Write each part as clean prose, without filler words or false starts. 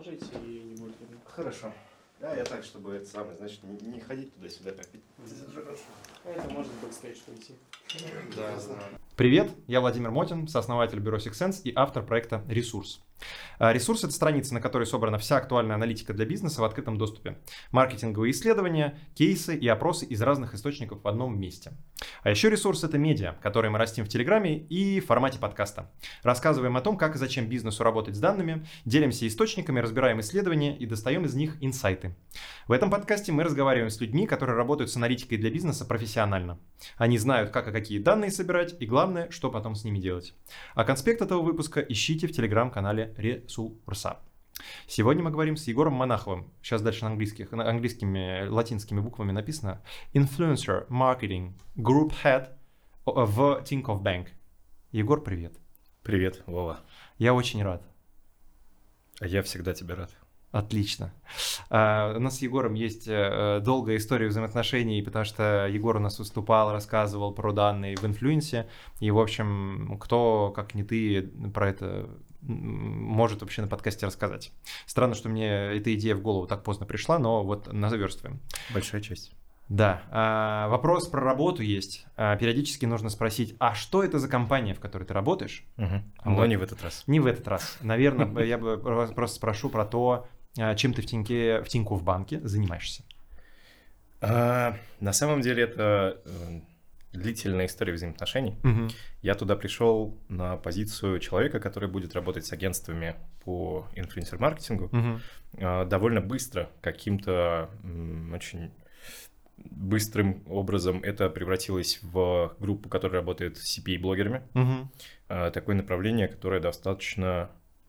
положить и не будет видно. Хорошо. Да, я так, чтобы это самое, значит, не ходить туда-сюда, как Это может бэкстейдж пойти. Да. Привет, я Владимир Мотин, сооснователь бюро Six Sense и автор проекта «Ресурс». «Ресурс» — это страница, на которой собрана вся актуальная аналитика для бизнеса в открытом доступе. Маркетинговые исследования, кейсы и опросы из разных источников в одном месте. А еще «Ресурс» — это медиа, которые мы растим в Телеграме и в формате подкаста. Рассказываем о том, как и зачем бизнесу работать с данными, делимся источниками, разбираем исследования и достаем из них инсайты. В этом подкасте мы разговариваем с людьми, которые работают с аналитикой для бизнеса профессионально. Они знают, как и какие данные собирать, и главное, что потом с ними делать. А конспект этого выпуска ищите в телеграм-канале «Ресурса». Сегодня мы говорим с Егором Монаховым. Сейчас дальше на английскими, латинскими буквами написано. Influencer Marketing Group Head в Tinkoff Bank. Егор, привет. Привет, Вова. Я очень рад. А я всегда тебе рад. Отлично. У нас с Егором есть долгая история взаимоотношений, потому что Егор у нас выступал, рассказывал про данные в инфлюенсе. И, в общем, кто, как не ты, про это может вообще на подкасте рассказать. Странно, что мне эта идея в голову так поздно пришла, но вот наверстываем. Большая честь. Да. Вопрос про работу есть. Периодически нужно спросить, а что это за компания, в которой ты работаешь? Но не в этот раз. Не в этот раз. Наверное, я бы просто спрошу про то, чем ты в Тинькофф банке занимаешься. На самом деле это длительная история взаимоотношений. Я туда пришел на позицию человека, который будет работать с агентствами по инфлюенсер-маркетингу. Довольно быстро, каким-то очень быстрым образом это превратилось в группу, которая работает с CPA-блогерами. Такое направление, которое достаточно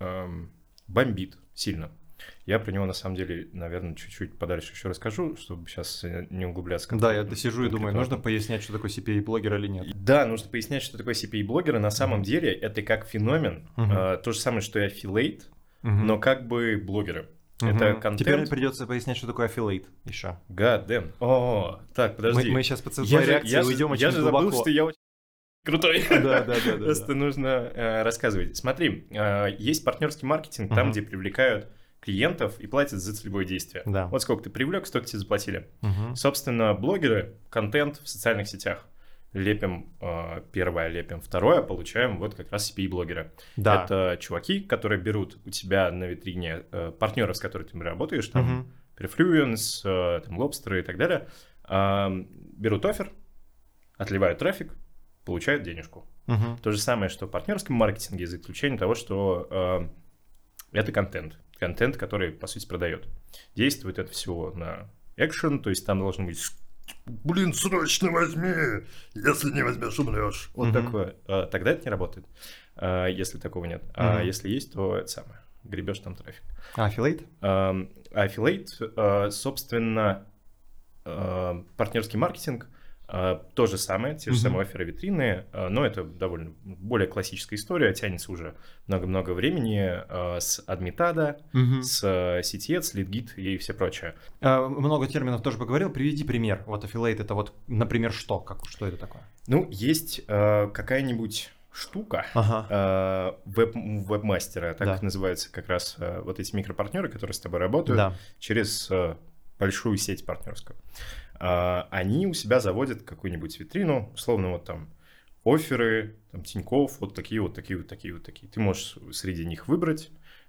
бомбит сильно. Я про него, на самом деле, наверное, чуть-чуть подальше еще расскажу, чтобы сейчас не углубляться. Да, я сижу и думаю, нужно пояснять, что такое CPA-блогер или нет. Да, нужно пояснять, что такое CPA-блогер. На самом деле это как феномен, то же самое, что и affiliate, но как бы блогеры. Это контент. Теперь придется пояснять, что такое affiliate еще. God damn. О, так, подожди. Мы сейчас по цветовой реакции уйдем очень глубоко. Я же забыл, что я очень крутой. Да. Просто нужно рассказывать. Смотри, есть партнерский маркетинг, там, где привлекают клиентов и платят за целевое действие. Да. Вот сколько ты привлек, столько тебе заплатили. Собственно, блогеры, контент в социальных сетях. Лепим первое, лепим второе, получаем вот как раз CPA-блогеры. Да. Это чуваки, которые берут у тебя на витрине партнеров, с которыми ты работаешь, там, Perfluence, там, Lobster и так далее, берут оффер, отливают трафик, получают денежку. То же самое, что в партнерском маркетинге, за исключением того, что это контент. Контент, который, по сути, продает. Действует это все на экшен, то есть там должен быть «Блин, срочно возьми, если не возьмешь, умрешь». Вот такое. Тогда это не работает, если такого нет. А если есть, то это самое. Гребешь там трафик. Affiliate? Affiliate, собственно, партнерский маркетинг, то же самое, те же самые офферы, витрины, но это довольно более классическая история, тянется уже много-много времени с Admitado, с CTED, с LeadGit и все прочее. Много терминов тоже поговорил, приведи пример. Вот affiliate это вот, например, что это такое? Ну, есть какая-нибудь штука веб-мастера, так называются как раз вот эти микропартнеры, которые с тобой работают через большую сеть партнерскую. Они у себя заводят какую-нибудь витрину, условно вот там офферы, там Тинькофф, вот такие. Ты можешь среди них выбрать,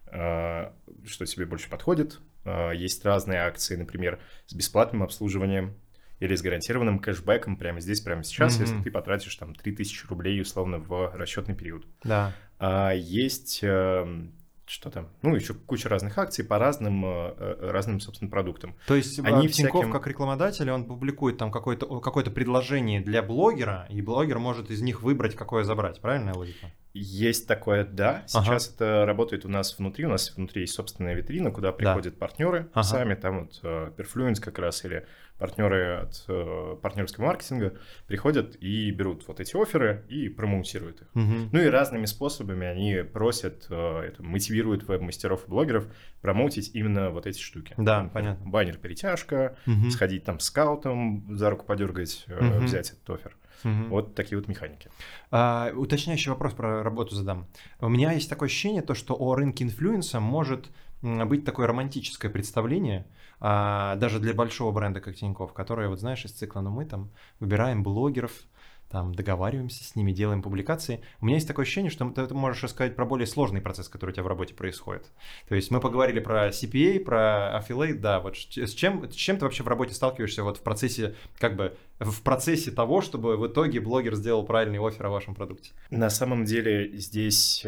что тебе больше подходит. Есть разные акции, например, с бесплатным обслуживанием или с гарантированным кэшбэком прямо здесь, прямо сейчас, если ты потратишь там 3000 рублей условно в расчетный период. Да. Есть... Что там? Ну, еще куча разных акций по разным, собственно, продуктам. То есть Тинькофф как рекламодатель, он публикует там какое-то предложение для блогера, и блогер может из них выбрать, какое забрать. Правильная логика? Есть такое, да. Сейчас это работает у нас внутри. У нас внутри есть собственная витрина, куда приходят партнеры сами. Там вот Perfluence как раз или партнеры от партнерского маркетинга приходят и берут вот эти офферы и промоутируют их. Ну и разными способами они просят, мотивируют веб-мастеров и блогеров промоутить именно вот эти штуки. Да, понятно. Баннер-перетяжка, сходить там с скаутом, за руку подергать, взять этот оффер. Вот такие вот механики. Уточняющий вопрос про работу задам. У меня есть такое ощущение, что о рынке инфлюенса может быть такое романтическое представление, даже для большого бренда, как Тинькофф, которое, вот знаешь, из цикла, ну мы там выбираем блогеров, там договариваемся с ними, делаем публикации. У меня есть такое ощущение, что ты можешь рассказать про более сложный процесс, который у тебя в работе происходит. То есть мы поговорили про CPA, про affiliate, да, вот с чем ты вообще в работе сталкиваешься вот в процессе, как бы, в процессе того, чтобы в итоге блогер сделал правильный оффер о вашем продукте? На самом деле здесь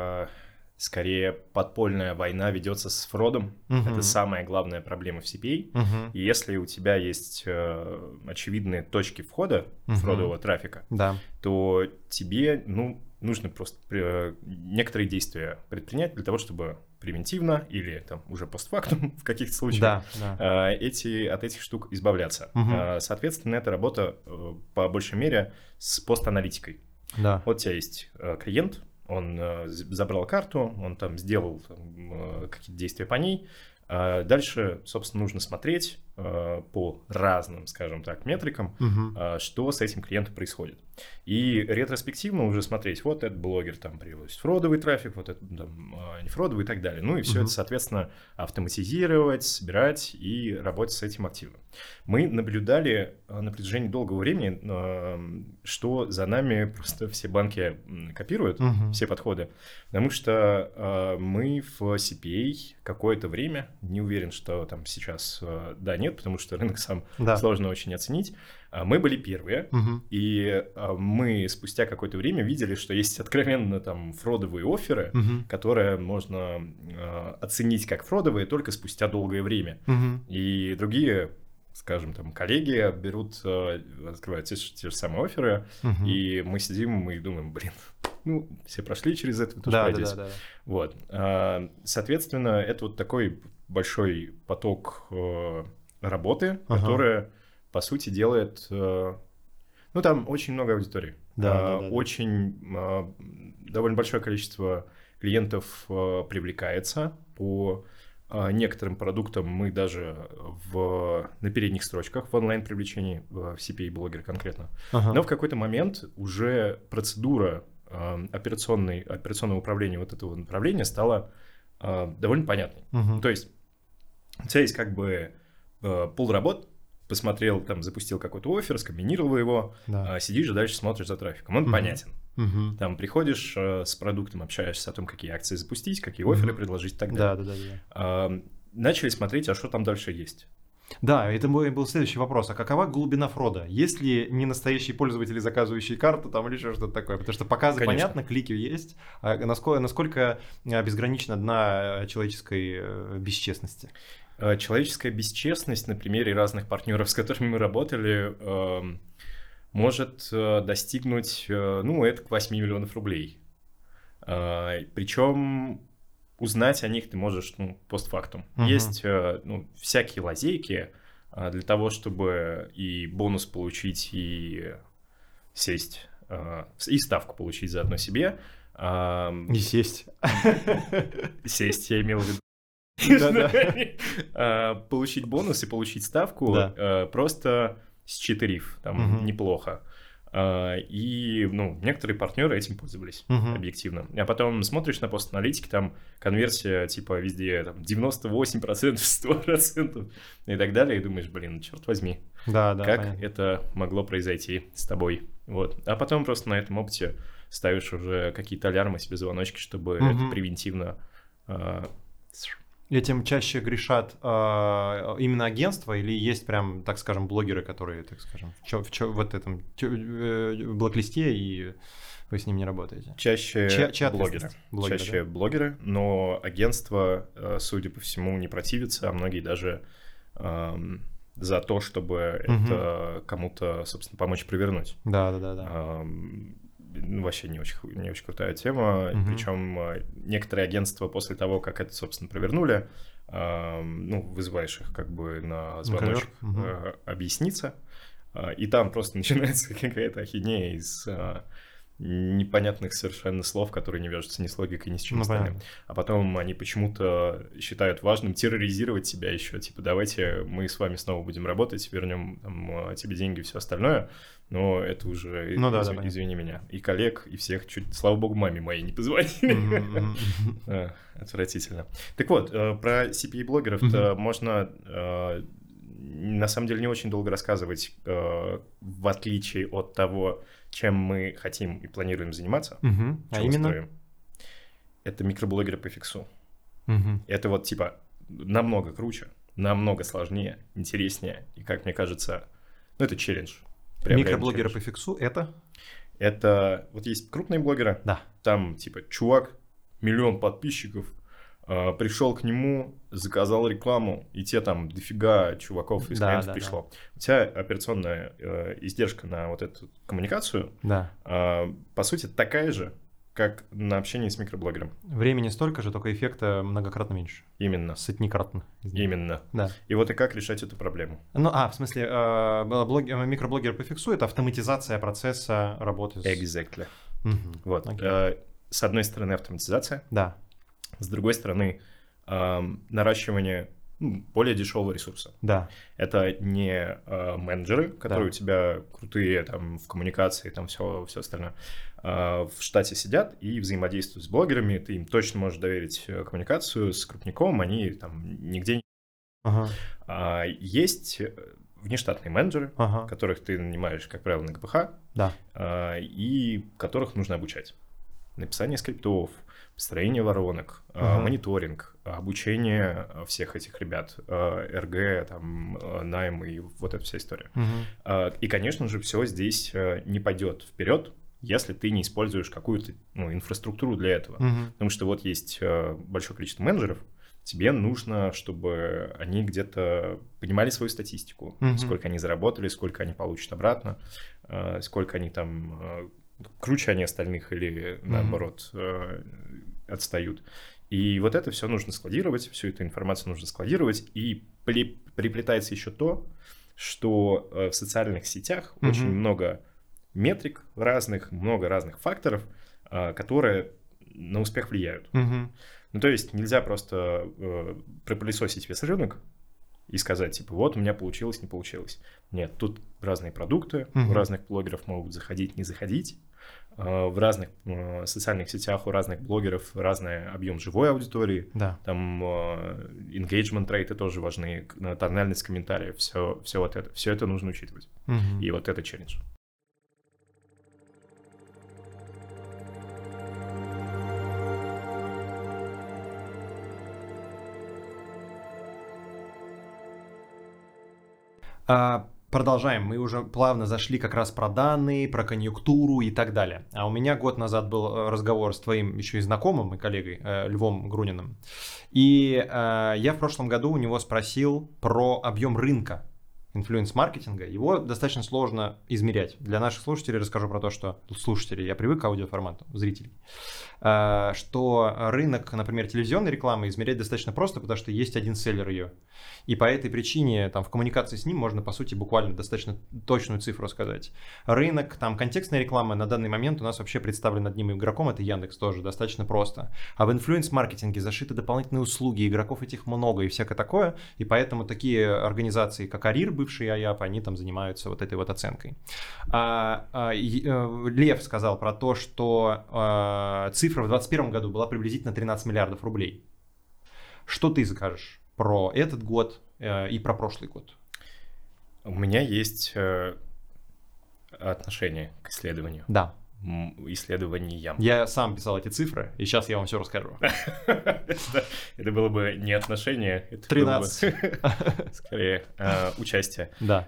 скорее подпольная война ведется с фродом. Это самая главная проблема в CPA. И если у тебя есть очевидные точки входа фродового трафика, то тебе нужно просто некоторые действия предпринять для того, чтобы превентивно или там уже постфактум в каких-то случаях от этих штук избавляться. Соответственно, это работа по большей мере с пост-аналитикой. Вот у тебя есть клиент, он забрал карту, он там сделал какие-то действия по ней. Дальше, собственно, нужно смотреть по разным, скажем так, метрикам, что с этим клиентом происходит. И ретроспективно уже смотреть, вот этот блогер там приводит фродовый трафик, вот этот там нефродовый и так далее. Ну и все это, соответственно, автоматизировать, собирать и работать с этим активно. Мы наблюдали на протяжении долгого времени, что за нами просто все банки копируют, все подходы, потому что мы в CPA какое-то время, не уверен, что там сейчас, да, нет, потому что рынок сам сложно очень оценить. Мы были первые, и мы спустя какое-то время видели, что есть откровенно там фродовые офферы, которые можно оценить как фродовые только спустя долгое время. И другие, скажем, там коллеги берут, открывают те же самые офферы, и мы сидим и думаем, блин, ну, все прошли через это, вы тоже пройдете. Вот. Соответственно, это вот такой большой поток работы, которая, по сути, делает... Ну, там очень много аудитории. Очень довольно большое количество клиентов привлекается. По некоторым продуктам мы даже на передних строчках в онлайн-привлечении, в CPA-блогер конкретно. Но в какой-то момент уже процедура операционного управления вот этого направления стала довольно понятной. То есть у тебя есть как бы пул работ, посмотрел, там, запустил какой-то оффер, скомбинировал его, сидишь и дальше смотришь за трафиком. Он понятен. Там приходишь с продуктом, общаешься о том, какие акции запустить, какие офферы предложить и так далее. Начали смотреть, а что там дальше есть. Да, это мой был следующий вопрос. А какова глубина фрода? Есть ли не настоящие пользователи, заказывающие карту там или еще что-то такое? Потому что показы понятно, клики есть. А насколько безгранична дна человеческой бесчестности? Человеческая бесчестность на примере разных партнеров, с которыми мы работали, может достигнуть, это 8 миллионов рублей. Причем узнать о них ты можешь постфактум. Есть всякие лазейки для того, чтобы и бонус получить, и сесть, и ставку получить заодно себе. Не сесть. Сесть, я имел в виду. Получить бонус и получить ставку просто считерив, там неплохо. И, некоторые партнеры этим пользовались объективно. А потом смотришь на пост-аналитики, там конверсия типа везде там 98%, 100% и так далее, и думаешь, блин, черт возьми, как понятно. Это могло произойти с тобой. Вот. А потом просто на этом опыте ставишь уже какие-то алярмы себе, звоночки, чтобы это превентивно... Этим чаще грешат именно агентства или есть прям, так скажем, блогеры, которые, так скажем, в этом блэк-листе, и вы с ними не работаете? Чаще блогеры. Чаще блогеры, но агентства, судя по всему, не противятся, а многие даже за то, чтобы это кому-то, собственно, помочь провернуть. Да. Вообще не очень крутая тема. Причем некоторые агентства после того, как это, собственно, провернули, вызываешь их как бы на звоночек объясниться, и там просто начинается какая-то ахинея из непонятных совершенно слов, которые не вяжутся ни с логикой, ни с чем Ну, остальным. понятно. А потом они почему-то считают важным терроризировать тебя еще. Типа, давайте мы с вами снова будем работать, вернем там, тебе деньги и все остальное. Но это уже, Ну, да, извини меня, и коллег, и всех чуть, слава богу, маме моей не позвонили. Отвратительно. Так вот, про CPA-блогеров-то можно на самом деле не очень долго рассказывать, в отличие от того, чем мы хотим и планируем заниматься. А что именно? строим. Это микроблогеры по фиксу. Это вот типа намного круче, намного сложнее, интереснее. И, как мне кажется, ну это челлендж. Микроблогеры челлендж. по фиксу — это? Это вот есть крупные блогеры. Да. Там типа чувак, 1 000 000 подписчиков, пришел к нему, заказал рекламу, и те там дофига чуваков из клиентов пришло. У тебя операционная издержка на вот эту коммуникацию, по сути, такая же, как на общение с микроблогером. Времени столько же, только эффекта многократно меньше. Именно. Сотнекратно. Именно. Да. И вот и как решать эту проблему? Ну, в смысле, микроблогер по фиксу — это автоматизация процесса работы с... Exactly. Вот. Окей. С одной стороны, автоматизация. Да. С другой стороны, наращивание более дешевого ресурса. Да. Это не менеджеры, которые у тебя крутые там в коммуникации, там все остальное. В штате сидят и взаимодействуют с блогерами. Ты им точно можешь доверить коммуникацию с крупником, они там нигде не... Есть внештатные менеджеры, которых ты нанимаешь, как правило, на ГПХ, и которых нужно обучать. Написание скриптов, построение воронок, мониторинг, обучение всех этих ребят, РГ, там, найм и вот эта вся история. И, конечно же, все здесь не пойдет вперед, если ты не используешь какую-то инфраструктуру для этого. Потому что вот есть большое количество менеджеров, тебе нужно, чтобы они где-то понимали свою статистику, сколько они заработали, сколько они получат обратно, сколько они там... круче они остальных или, наоборот, отстают. И вот это все нужно складировать, всю эту информацию нужно складировать, и приплетается еще то, что в социальных сетях очень много метрик разных, много разных факторов, которые на успех влияют. Ну, то есть нельзя просто пропылесосить весь рынок и сказать, типа, вот у меня получилось, не получилось. Нет, тут разные продукты, у разных блогеров могут заходить, не заходить. В разных социальных сетях у разных блогеров разный объем живой аудитории. Да. Там engagement рейты тоже важны, тональность комментариев, все вот это. Все это нужно учитывать. И вот это челлендж. Продолжаем. Мы уже плавно зашли как раз про данные, про конъюнктуру и так далее. А у меня год назад был разговор с твоим еще и знакомым и коллегой Львом Груниным. И я в прошлом году у него спросил про объем рынка инфлюенс-маркетинга. Его достаточно сложно измерять. Для наших слушателей расскажу про то, что... Слушателей, я привык к аудиоформату, зрителей. Что рынок, например, телевизионной рекламы измерять достаточно просто, потому что есть один селлер ее. И по этой причине там, в коммуникации с ним можно, по сути, буквально достаточно точную цифру сказать. Рынок там, контекстной рекламы на данный момент у нас вообще представлен одним игроком, это Яндекс тоже, достаточно просто. А в инфлюенс-маркетинге зашиты дополнительные услуги, игроков этих много и всякое такое. И поэтому такие организации, как Арир, бывший АЯП, они там занимаются вот этой вот оценкой. Лев сказал про то, что цифра в 2021 году была приблизительно 13 миллиардов рублей. Что ты скажешь про этот год и про прошлый год? У меня есть отношение к исследованию. Да. Исследованиям. Я сам писал эти цифры, и сейчас я вам все расскажу. Это было бы не отношение, это 13. было бы скорее участие. Да.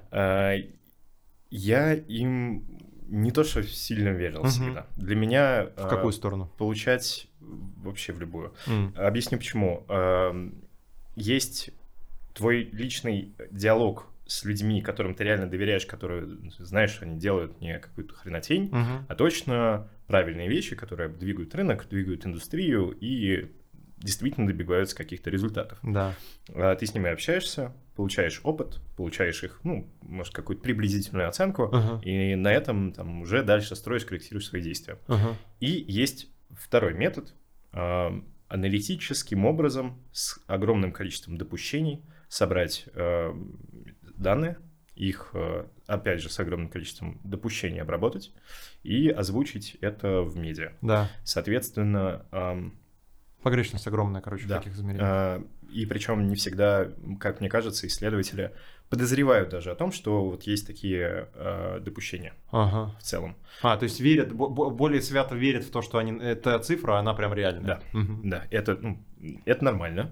Я им не то что сильно верил всегда. Для меня... В какую сторону? Получать вообще в любую. Объясню почему. Есть твой личный диалог с людьми, которым ты реально доверяешь, которые, знаешь, что они делают не какую-то хренотень, а точно правильные вещи, которые двигают рынок, двигают индустрию и действительно добиваются каких-то результатов. Да. Ты с ними общаешься, получаешь опыт, получаешь их, ну, может, какую-то приблизительную оценку, и на этом там уже дальше строишь, корректируешь свои действия. И есть второй метод, аналитическим образом с огромным количеством допущений собрать данные, их, опять же, с огромным количеством допущений обработать и озвучить это в медиа. Да. Соответственно... Погрешность огромная, короче, да. в таких измерениях. И причем не всегда, как мне кажется, исследователи подозревают даже о том, что вот есть такие допущения в целом. То есть верят, более свято верят в то, что эта цифра, она прям реальная. Да, да, это нормально.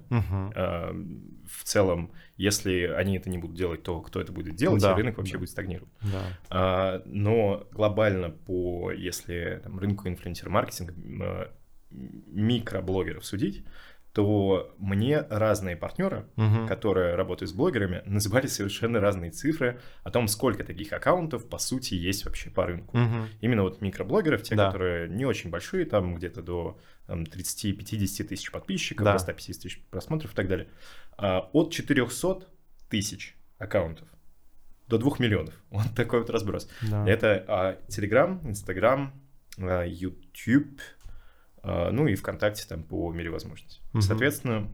В целом, если они это не будут делать, то кто это будет делать, и рынок вообще будет стагнировать. Но глобально если там, рынку инфлюенсер-маркетинга микроблогеров судить, то мне разные партнеры, которые работают с блогерами, называли совершенно разные цифры о том, сколько таких аккаунтов, по сути, есть вообще по рынку. Именно вот микроблогеров, те, которые не очень большие, там где-то до 30-50 тысяч подписчиков, до 150 тысяч просмотров и так далее. От 400 тысяч аккаунтов до 2 миллионов. Вот такой вот разброс. Это Telegram, Instagram, YouTube, ну и ВКонтакте там по мере возможности. Соответственно,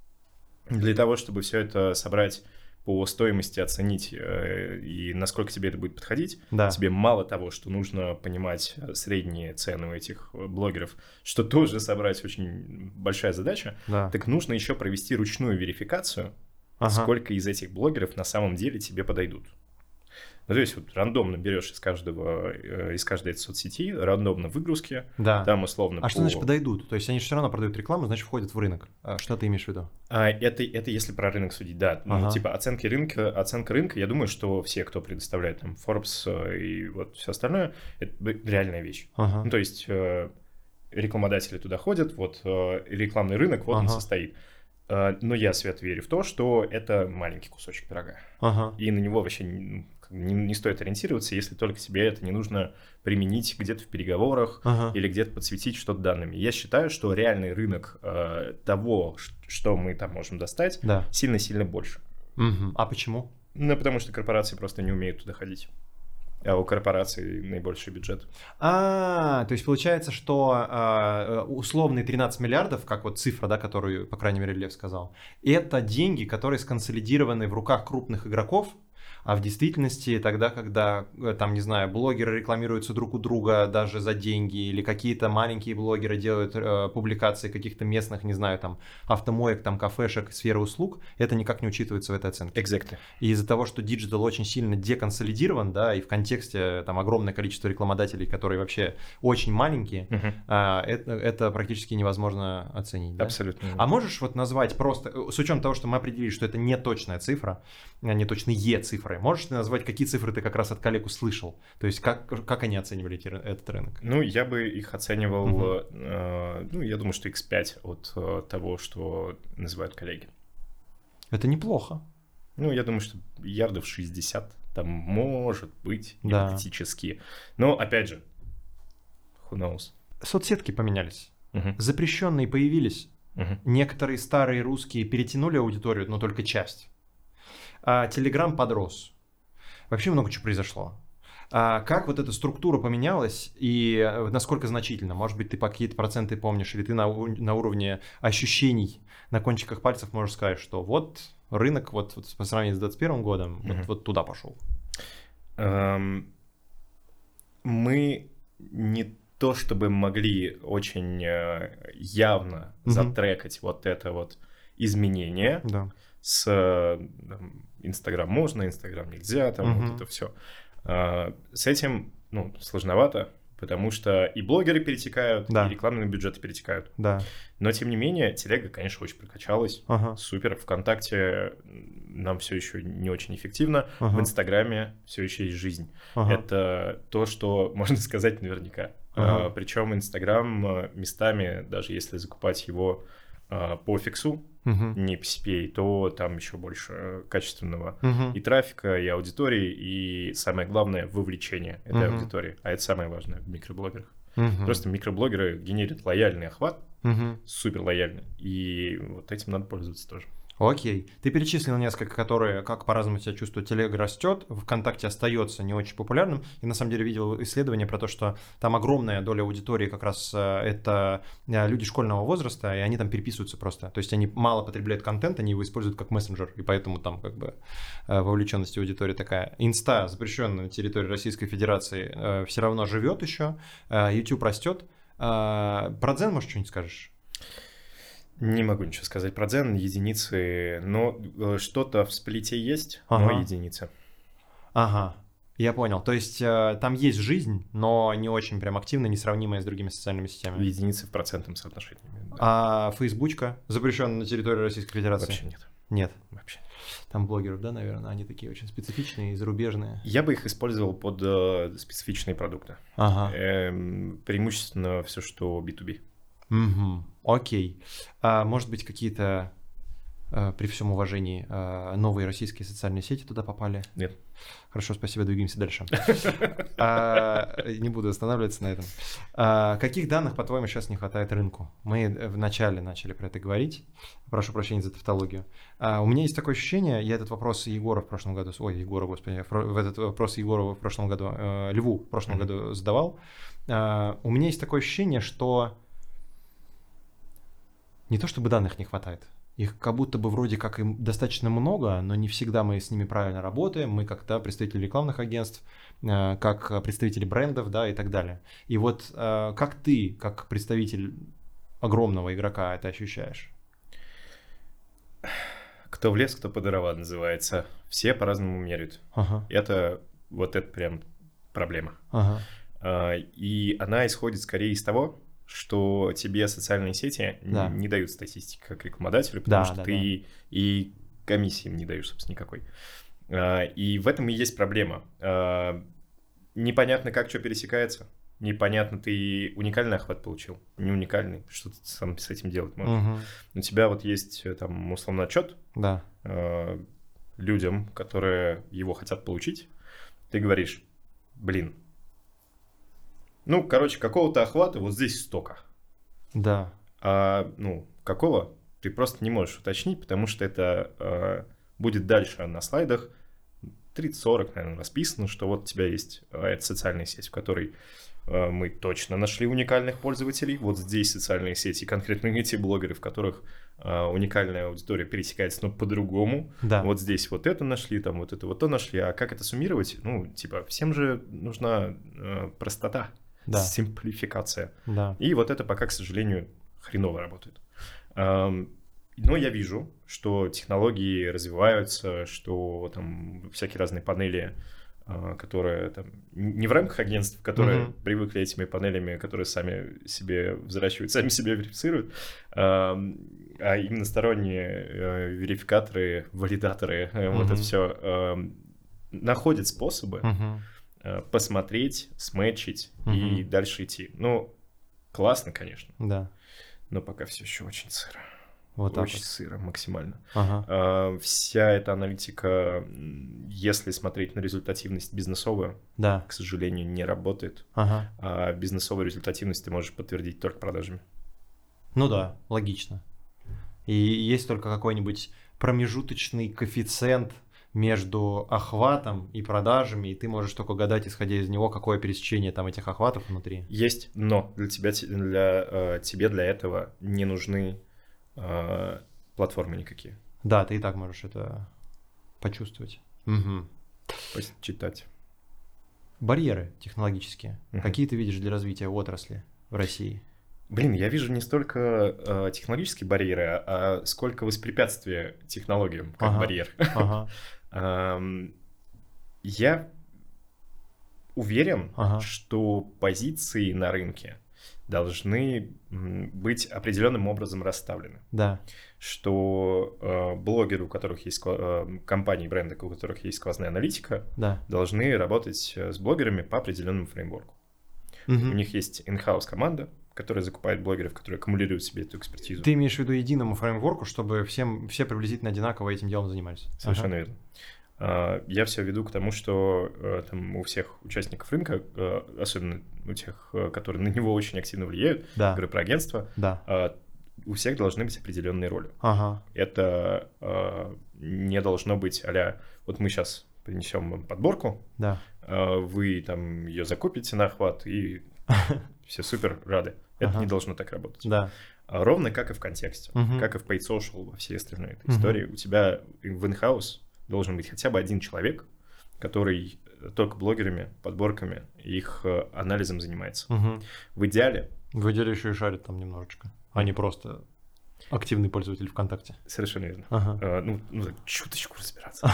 для того, чтобы все это собрать по стоимости, оценить и насколько тебе это будет подходить, тебе мало того, что нужно понимать средние цены у этих блогеров, что тоже собрать очень большая задача, так нужно еще провести ручную верификацию, сколько из этих блогеров на самом деле тебе подойдут. Ну, то есть вот рандомно берешь из каждой этой соцсети, рандомно выгрузки, там условно... что значит подойдут? То есть они же все равно продают рекламу, значит входят в рынок. Что ты имеешь в виду? Это если про рынок судить, да. Ну, типа оценка рынка, я думаю, что все, кто предоставляет там Forbes и вот все остальное, это реальная вещь. Ну, то есть рекламодатели туда ходят, вот рекламный рынок, вот он состоит. Но я свято верю в то, что это маленький кусочек пирога. И на него вообще не стоит ориентироваться, если только тебе это не нужно применить где-то в переговорах или где-то подсветить что-то данными. Я считаю, что реальный рынок того, что мы там можем достать, сильно-сильно больше. А почему? Ну, потому что корпорации просто не умеют туда ходить. А у корпораций наибольший бюджет. То есть получается, что условные 13 миллиардов, как вот цифра, да, которую, по крайней мере, Лев сказал, это деньги, которые сконсолидированы в руках крупных игроков, а в действительности тогда, когда, там, не знаю, блогеры рекламируются друг у друга даже за деньги, или какие-то маленькие блогеры делают публикации каких-то местных, не знаю, там, автомоек, там, кафешек, сферы услуг, это никак не учитывается в этой оценке. Exactly. И из-за того, что диджитал очень сильно деконсолидирован, да, и в контексте там огромное количество рекламодателей, которые вообще очень маленькие, это практически невозможно оценить. Да? Абсолютно. А можешь вот назвать просто, с учетом того, что мы определили, что это не точная цифра, не точные цифры, можешь ты назвать, какие цифры ты как раз от коллег услышал? То есть как они оценивали этот рынок? Ну, я бы их оценивал, я думаю, что x5 от того, что называют коллеги. Это неплохо. Ну, я думаю, что ярдов 60 там может быть гипотетически. Но, опять же, who knows? Соцсетки поменялись. Запрещенные появились. Некоторые старые русские перетянули аудиторию, но только часть. Telegram подрос. Вообще много чего произошло. Как вот эта структура поменялась и насколько значительно? Может быть, ты по какие-то проценты помнишь, или ты на уровне ощущений на кончиках пальцев можешь сказать, что вот рынок вот по сравнению с 2021 годом вот туда пошел? Мы не то чтобы могли очень явно затрекать вот это вот изменение. С Инстаграм можно, Инстаграм нельзя, там вот это все. С этим, сложновато, потому что и блогеры перетекают, и рекламные бюджеты перетекают. Но, тем не менее, телега, конечно, очень прокачалась. Супер. ВКонтакте нам все еще не очень эффективно. В Инстаграме все еще есть жизнь. Это то, что можно сказать наверняка. Причем Инстаграм местами, даже если закупать его по фиксу, не по CPA, то там еще больше качественного и трафика, и аудитории, и самое главное, вовлечение этой аудитории. А это самое важное в микроблогерах. Просто микроблогеры генерят лояльный охват, супер лояльный, и вот этим надо пользоваться тоже. Окей. Ты перечислил несколько, которые, как по-разному себя чувствуют. Телега растет, ВКонтакте остается не очень популярным. И на самом деле видел исследование про то, что там огромная доля аудитории как раз это люди школьного возраста, и они там переписываются просто. То есть они мало потребляют контент, они его используют как мессенджер, и поэтому там как бы вовлеченность аудитории такая. Инста, запрещенная на территории Российской Федерации, все равно живет еще. YouTube растет. Про Дзен, может, что-нибудь скажешь? Не могу ничего сказать про Дзен, единицы, но что-то в сплите есть, но единицы. Ага, я понял. То есть там есть жизнь, но не очень прям активная, несравнимая с другими социальными сетями. Единицы в процентном соотношении. Да. А Фейсбучка запрещена на территории Российской Федерации? Вообще нет. Нет. Вообще. Там блогеров, да, наверное, они такие очень специфичные и зарубежные. Я бы их использовал под специфичные продукты. Ага. Преимущественно все, что B2B. Угу. Окей. А может быть, какие-то, при всем уважении, новые российские социальные сети туда попали? Нет. Хорошо, спасибо, двигаемся дальше. Не буду останавливаться на этом. Каких данных, по-твоему, сейчас не хватает рынку? Мы вначале начали про это говорить. Прошу прощения за тавтологию. У меня есть такое ощущение, я этот вопрос Егора в прошлом году, этот вопрос Егору в прошлом году, Льву в прошлом году задавал. У меня есть такое ощущение, что не то чтобы данных не хватает. Их как будто бы вроде как им достаточно много, но не всегда мы с ними правильно работаем. Мы как представители рекламных агентств, как представители брендов, да, и так далее. И вот как ты, как представитель огромного игрока, это ощущаешь? Кто в лес, кто по дрова называется. Все по-разному меряют. Ага. Это прям проблема. Ага. И она исходит скорее из того, что тебе социальные сети Да. не дают статистики как рекламодателю, потому Да, что да, ты и комиссии им не даешь, собственно, никакой. И в этом и есть проблема. Непонятно, как что пересекается. Непонятно, ты уникальный охват получил, не уникальный. Что ты сам с этим делать можешь? Угу. У тебя вот есть там условно отчет Да. людям, которые его хотят получить. Ты говоришь, блин, ну, короче, какого-то охвата вот здесь столько. Да. Какого? Ты просто не можешь уточнить, потому что это будет дальше на слайдах 30-40, наверное, расписано, что вот у тебя есть эта социальная сеть, в которой мы точно нашли уникальных пользователей. Вот здесь социальные сети, конкретно эти блогеры, в которых уникальная аудитория пересекается, но по-другому. Да. Вот здесь вот это нашли, там вот это вот то нашли. А как это суммировать? Всем же нужна простота. Да. Симплификация. Да. И вот это пока, к сожалению, хреново работает. Но я вижу, что технологии развиваются, что там всякие разные панели, которые там не в рамках агентств, которые привыкли этими панелями, которые сами себе взращивают, сами себя верифицируют, а именно сторонние верификаторы, валидаторы, вот это все находят способы посмотреть, сметчить и дальше идти. Классно, конечно. Да. Но пока все еще очень сыро. Вот так очень вот. сыро максимально. Ага. Вся эта аналитика, если смотреть на результативность бизнесовую, Да. к сожалению, не работает. Ага. А бизнесовую результативность ты можешь подтвердить только продажами. Ну да, логично. И есть только какой-нибудь промежуточный коэффициент между охватом и продажами, и ты можешь только гадать, исходя из него, какое пересечение там этих охватов внутри. Есть, но тебе для этого не нужны платформы никакие. Да, ты и так можешь это почувствовать. Угу. Читать. Барьеры технологические. Какие ты видишь для развития отрасли в России? Блин, я вижу не столько технологические барьеры, а сколько воспрепятствия технологиям как барьер. Я уверен, что позиции на рынке должны быть определенным образом расставлены. Да. Что блогеры, у которых есть компании, бренды, у которых есть сквозная аналитика, да. должны работать с блогерами по определенному фреймворку. У них есть in-house команда, которая закупает блогеров, которые аккумулируют себе эту экспертизу. Ты имеешь в виду единому фреймворку, чтобы все приблизительно одинаково этим делом занимались? Совершенно верно. Я все веду к тому, что там у всех участников рынка, особенно у тех, которые на него очень активно влияют, говорю про агентство, у всех должны быть определенные роли. Ага. Это не должно быть а-ля, вот мы сейчас принесем вам подборку, Да. вы там ее закупите на охват, и все супер рады. Это Ага. не должно так работать. Да. Ровно как и в контексте, Мгм. как и в paid social, во всей остальной этой Мгм. истории. У тебя в in-house должен быть хотя бы один человек, который только блогерами, подборками, их анализом занимается. Мгм. В идеале, В идеале еще и шарит там немножечко, а не просто активный пользователь ВКонтакте. совершенно верно, Ага. ну, так чуточку разбираться.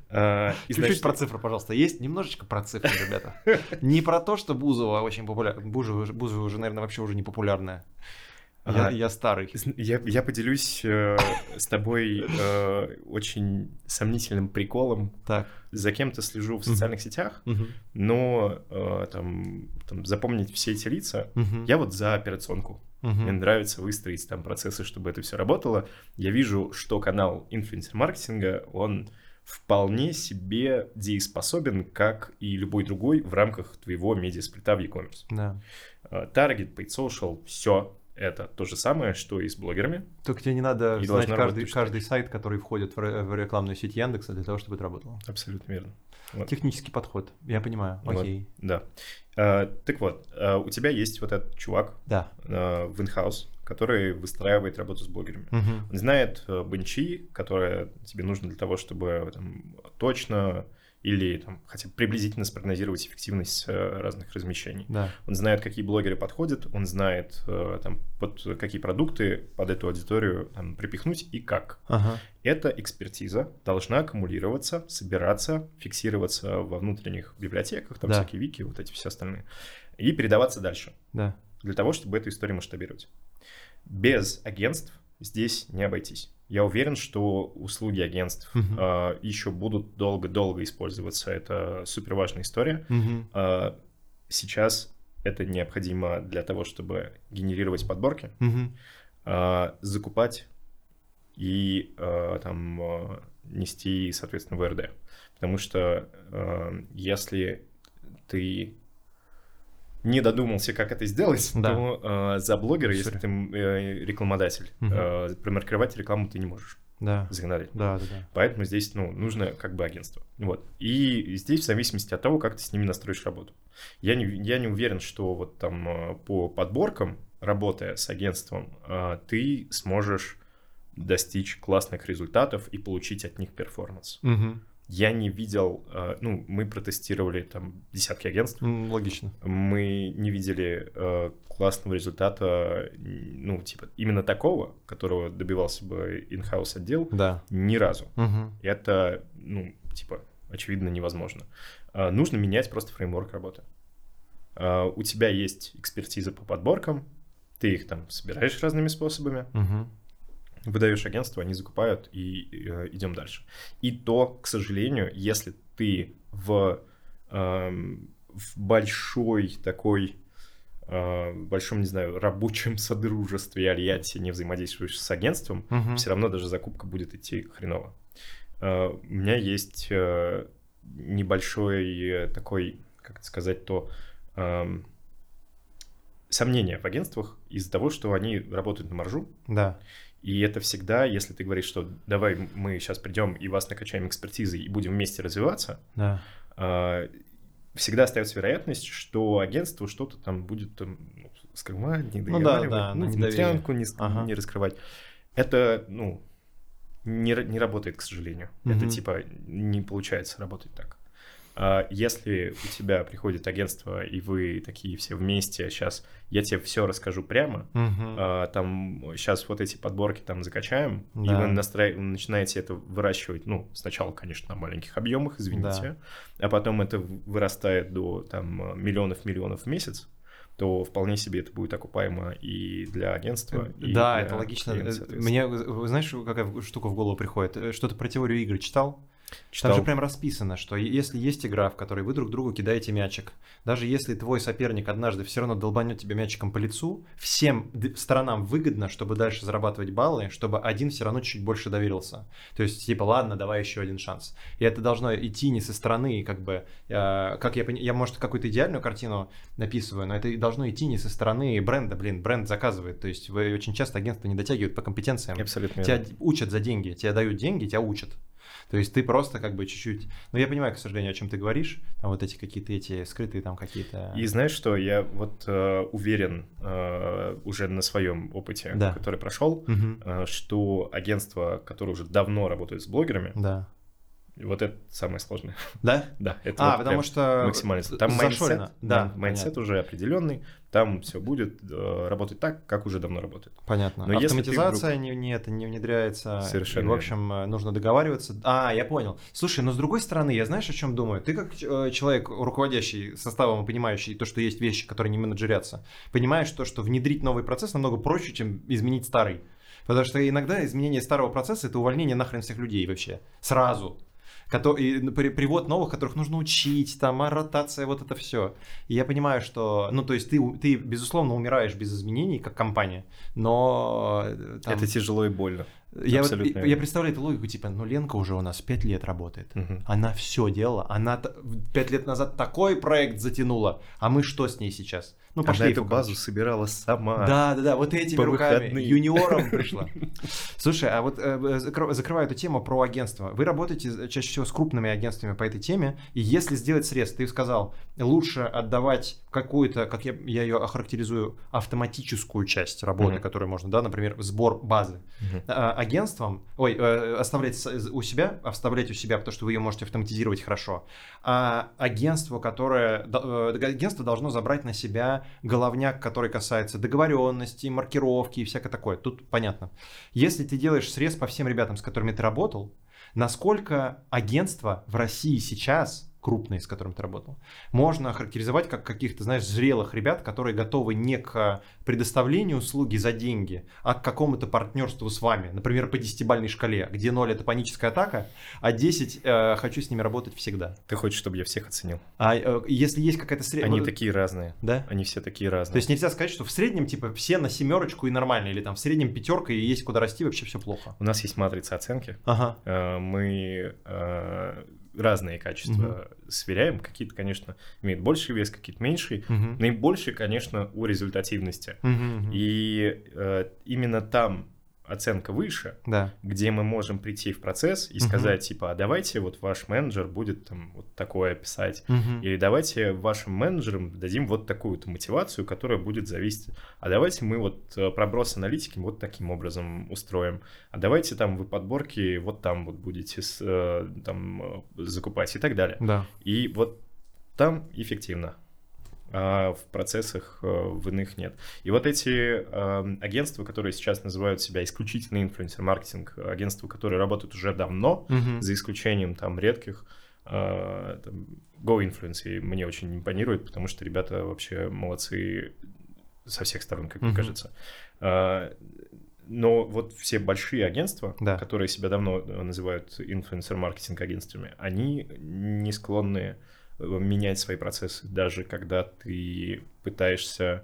И, Чуть-чуть значит, про цифры, пожалуйста. Есть немножечко про цифры, ребята. Не про то, что Бузова очень популярна. Бузова уже, наверное, вообще уже не популярная. Ага. Я старый. Я поделюсь с тобой очень сомнительным приколом. Так. За кем-то слежу в социальных сетях, Мгм. но там запомнить все эти лица. Мгм. Я вот за операционку. Мгм. Мне нравится выстроить там процессы, чтобы это все работало. Я вижу, что канал инфлюенсер-маркетинга, он вполне себе дееспособен, как и любой другой в рамках твоего медиасплита в e-commerce. Да. Target, paid social, все это то же самое, что и с блогерами. Только тебе не надо И знать должна работать точно каждый сайт, который входит в рекламную сеть Яндекса для того, чтобы это работало. Абсолютно верно. Вот. Технический подход. Я понимаю. Вот. Окей. Да. Так вот, у тебя есть вот этот чувак Да. в in-house, который выстраивает работу с блогерами. Мгм. Он знает бенчи, которые тебе нужно для того, чтобы там, точно или там, хотя бы приблизительно спрогнозировать эффективность разных размещений. Да. Он знает, какие блогеры подходят, он знает, там, под какие продукты под эту аудиторию там, припихнуть и как. Ага. Эта экспертиза должна аккумулироваться, собираться, фиксироваться во внутренних библиотеках, там Да. всякие вики, вот эти все остальные, и передаваться дальше Да. для того, чтобы эту историю масштабировать. Без агентств здесь не обойтись. Я уверен, что услуги агентств Мгм. еще будут долго-долго использоваться. Это супер важная история. Мгм. Сейчас это необходимо для того, чтобы генерировать подборки, Мгм. закупать и там нести, соответственно, в РД. Потому что если ты не додумался, как это сделать, Да. то за блогера, Сори. если ты рекламодатель, Мгм. промаркировать рекламу ты не можешь Да. загнать. Да, да, да. Поэтому здесь нужно как бы агентство. Вот. И здесь в зависимости от того, как ты с ними настроишь работу. Я не уверен, что вот там по подборкам, работая с агентством, ты сможешь достичь классных результатов и получить от них перформанс. Мгм. Я не видел, мы протестировали там десятки агентств, Логично. мы не видели классного результата, типа именно такого, которого добивался бы in-house отдел, Да. ни разу. Мгм. Это, очевидно, невозможно. Нужно менять просто фреймворк работы. У тебя есть экспертиза по подборкам, ты их там собираешь разными способами, Мгм. выдаешь агентство, они закупают, и идем дальше. И то, к сожалению, если ты в большой такой, большом, не знаю, рабочем содружестве, альянсе не взаимодействуешь с агентством, Мгм. все равно даже закупка будет идти хреново. У меня есть небольшой такой, как это сказать, сомнение в агентствах из-за того, что они работают на маржу. Да. И это всегда, если ты говоришь, что давай мы сейчас придем и вас накачаем экспертизой и будем вместе развиваться, Да. всегда остается вероятность, что агентство что-то там будет скрывать, не договаривать, да, на недоверие. внутрянку Ага. не раскрывать. Это, не работает, к сожалению. Это Мгм. типа не получается работать так. Если у тебя приходит агентство, и вы такие все вместе, сейчас я тебе все расскажу прямо, Мгм. там сейчас вот эти подборки там закачаем, и Да. вы начинаете это выращивать, сначала, конечно, на маленьких объемах, извините, а потом это вырастает до там миллионов в месяц, то вполне себе это будет окупаемо и для агентства, и Да, для это логично. клиента, соответственно. Мне, знаешь, какая штука в голову приходит? Что-то про теорию игр читал? Читал. Там же прям расписано, что если есть игра, в которой вы друг другу кидаете мячик, даже если твой соперник однажды все равно долбанет тебе мячиком по лицу, всем сторонам выгодно, чтобы дальше зарабатывать баллы, чтобы один все равно чуть больше доверился. То есть, типа, ладно, давай еще один шанс. И это должно идти не со стороны, как бы, как я, может, какую-то идеальную картину написываю, но это должно идти не со стороны бренда. Бренд заказывает. То есть, вы очень часто агентство не дотягивают по компетенциям. Абсолютно. Тебя учат за деньги, тебе дают деньги, тебя учат. То есть ты просто как бы чуть-чуть... Ну, я понимаю, к сожалению, о чем ты говоришь. Там вот эти какие-то эти скрытые там какие-то... И знаешь что, я вот уверен уже на своем опыте, Да. который прошел, что агентства, которые уже давно работают с блогерами, Да. вот это самое сложное. Да? Да, это вот потому прям что... максимально. Там зашорено. майндсет, Да, майндсет понятно. уже определенный, там все будет работать так, как уже давно работает. Понятно. Но если ты автоматизация не внедряется. Совершенно И, в общем, нужно договариваться. Я понял. Слушай, но с другой стороны, я знаешь, о чем думаю? Ты как человек, руководящий составом и понимающий то, что есть вещи, которые не менеджерятся, понимаешь то, что внедрить новый процесс намного проще, чем изменить старый. Потому что иногда изменение старого процесса — это увольнение нахрен всех людей вообще. Сразу. Привод новых, которых нужно учить, там, ротация, вот это все. И я понимаю, что, ну, то есть ты безусловно, умираешь без изменений, как компания, но... Там, Это тяжело и больно. я Абсолютно. я представляю эту логику, типа, ну, Ленка уже у нас 5 лет работает. Мгм. Она все делала. Она 5 лет назад такой проект затянула. А мы что с ней сейчас? Ну, Она пошли эту базу собирала сама. Да, вот этими По руками. выходным. Юниором пришла. Слушай, а вот закрываю эту тему про агентство. Вы работаете чаще всего с крупными агентствами по этой теме, и если сделать срез, ты сказал, лучше отдавать какую-то, как я ее охарактеризую, автоматическую часть работы, которую можно, да, например, сбор базы. Агентством, оставлять у себя, потому что вы ее можете автоматизировать хорошо. А агентство должно забрать на себя головняк, который касается договоренности, маркировки и всякое такое. Тут понятно. Если ты делаешь срез по всем ребятам, с которыми ты работал, насколько агентства в России сейчас, крупные, с которыми ты работал, можно охарактеризовать как каких-то, знаешь, зрелых ребят, которые готовы не к предоставлению услуги за деньги, а к какому-то партнерству с вами. Например, по 10-бальной шкале, где 0 — это паническая атака, а 10 хочу с ними работать всегда. Ты хочешь, чтобы я всех оценил? А если есть какая-то средняя... Они такие разные. Да? Они все такие разные. То есть нельзя сказать, что в среднем, типа, все на 7 и нормально, или там в среднем 5 и есть куда расти, вообще все плохо. У нас есть матрица оценки. Ага. Мы разные качества сверяем. Какие-то, конечно, имеют больший вес, какие-то меньший. Наибольший, конечно, у результативности. И именно там оценка выше, Да. где мы можем прийти в процесс и сказать, типа, а давайте вот ваш менеджер будет там вот такое писать, или давайте вашим менеджерам дадим вот такую-то мотивацию, которая будет зависеть, а давайте мы вот проброс аналитики вот таким образом устроим, а давайте там вы подборки вот там вот будете там закупать и так далее. Да. И вот там эффективно. А в процессах в иных нет. И вот эти агентства, которые сейчас называют себя исключительно инфлюенсер-маркетинг, агентства, которые работают уже давно, за исключением там редких, там, GoInfluence, и мне очень импонирует, потому что ребята вообще молодцы со всех сторон, как мне кажется. Но вот все большие агентства, которые себя давно называют инфлюенсер-маркетинг агентствами, они не склонны менять свои процессы, даже когда ты пытаешься,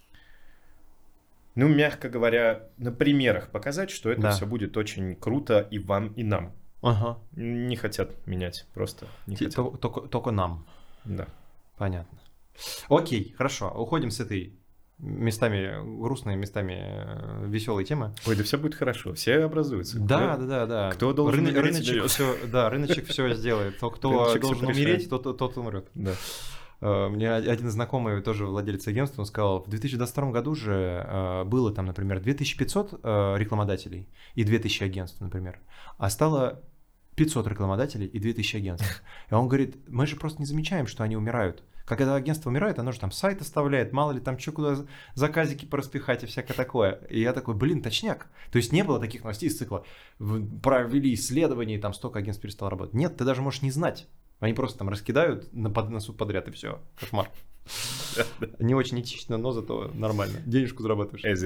ну, мягко говоря, на примерах показать, что это все будет очень круто и вам, и нам. Ага. Не хотят менять, просто не хотят. Только нам. Да. Понятно. Окей, хорошо. Уходим с этой местами грустной, местами веселой темы. Ой, да все будет хорошо, все образуются. Да. Кто должен рыночек все сделает. Кто должен умереть, тот умрет. Да. Мне один знакомый, тоже владелец агентства, он сказал, в 2022 году же было там, например, 2500 рекламодателей и 2000 агентств, например, а стало 500 рекламодателей и 2000 агентств. И он говорит, мы же просто не замечаем, что они умирают. Когда агентство умирает, оно же там сайт оставляет, мало ли там что, куда заказики пораспихать и всякое такое. И я такой, точняк. То есть не было таких новостей из цикла. Провели исследование, и там столько агентств перестало работать. Нет, ты даже можешь не знать. Они просто там раскидают на суд подряд, и все. Кошмар. Не очень этично, но зато нормально. Денежку зарабатываешь. Здесь.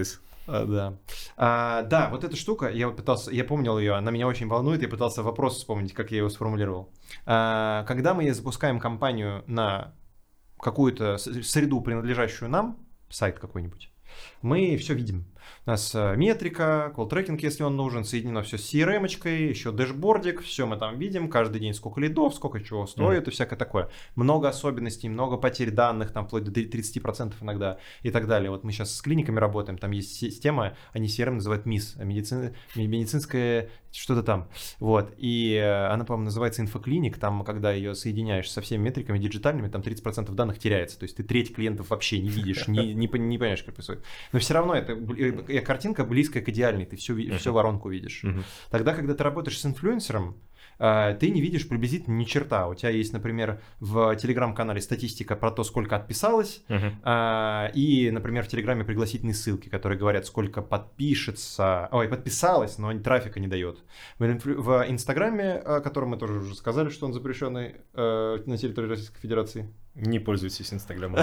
Да. Да, вот эта штука, я помнил ее, она меня очень волнует, я пытался вопрос вспомнить, как я его сформулировал. Когда мы запускаем кампанию на какую-то среду, принадлежащую нам, сайт какой-нибудь, мы все видим. У нас метрика, колл-трекинг, если он нужен, соединено все с CRM-очкой, еще дэшбордик, все мы там видим, каждый день сколько лидов, сколько чего стоит и всякое такое. Много особенностей, много потерь данных, там вплоть до 30% иногда и так далее. Вот мы сейчас с клиниками работаем, там есть система, они CRM называют МИС, медицинская что-то там. Вот, и она, по-моему, называется инфоклиник, там, когда ее соединяешь со всеми метриками диджитальными, там 30% данных теряется, то есть ты треть клиентов вообще не видишь, не понимаешь, как происходит. Но все равно это картинка близкая к идеальной, ты всю воронку видишь. Тогда, когда ты работаешь с инфлюенсером, ты не видишь приблизительно ни черта. У тебя есть, например, в Телеграм-канале статистика про то, сколько отписалось, и, например, в Телеграме пригласительные ссылки, которые говорят, сколько подписалось, но трафика не дает. В Инстаграме, о котором мы тоже уже сказали, что он запрещенный на территории Российской Федерации. Не пользуйтесь Инстаграмом.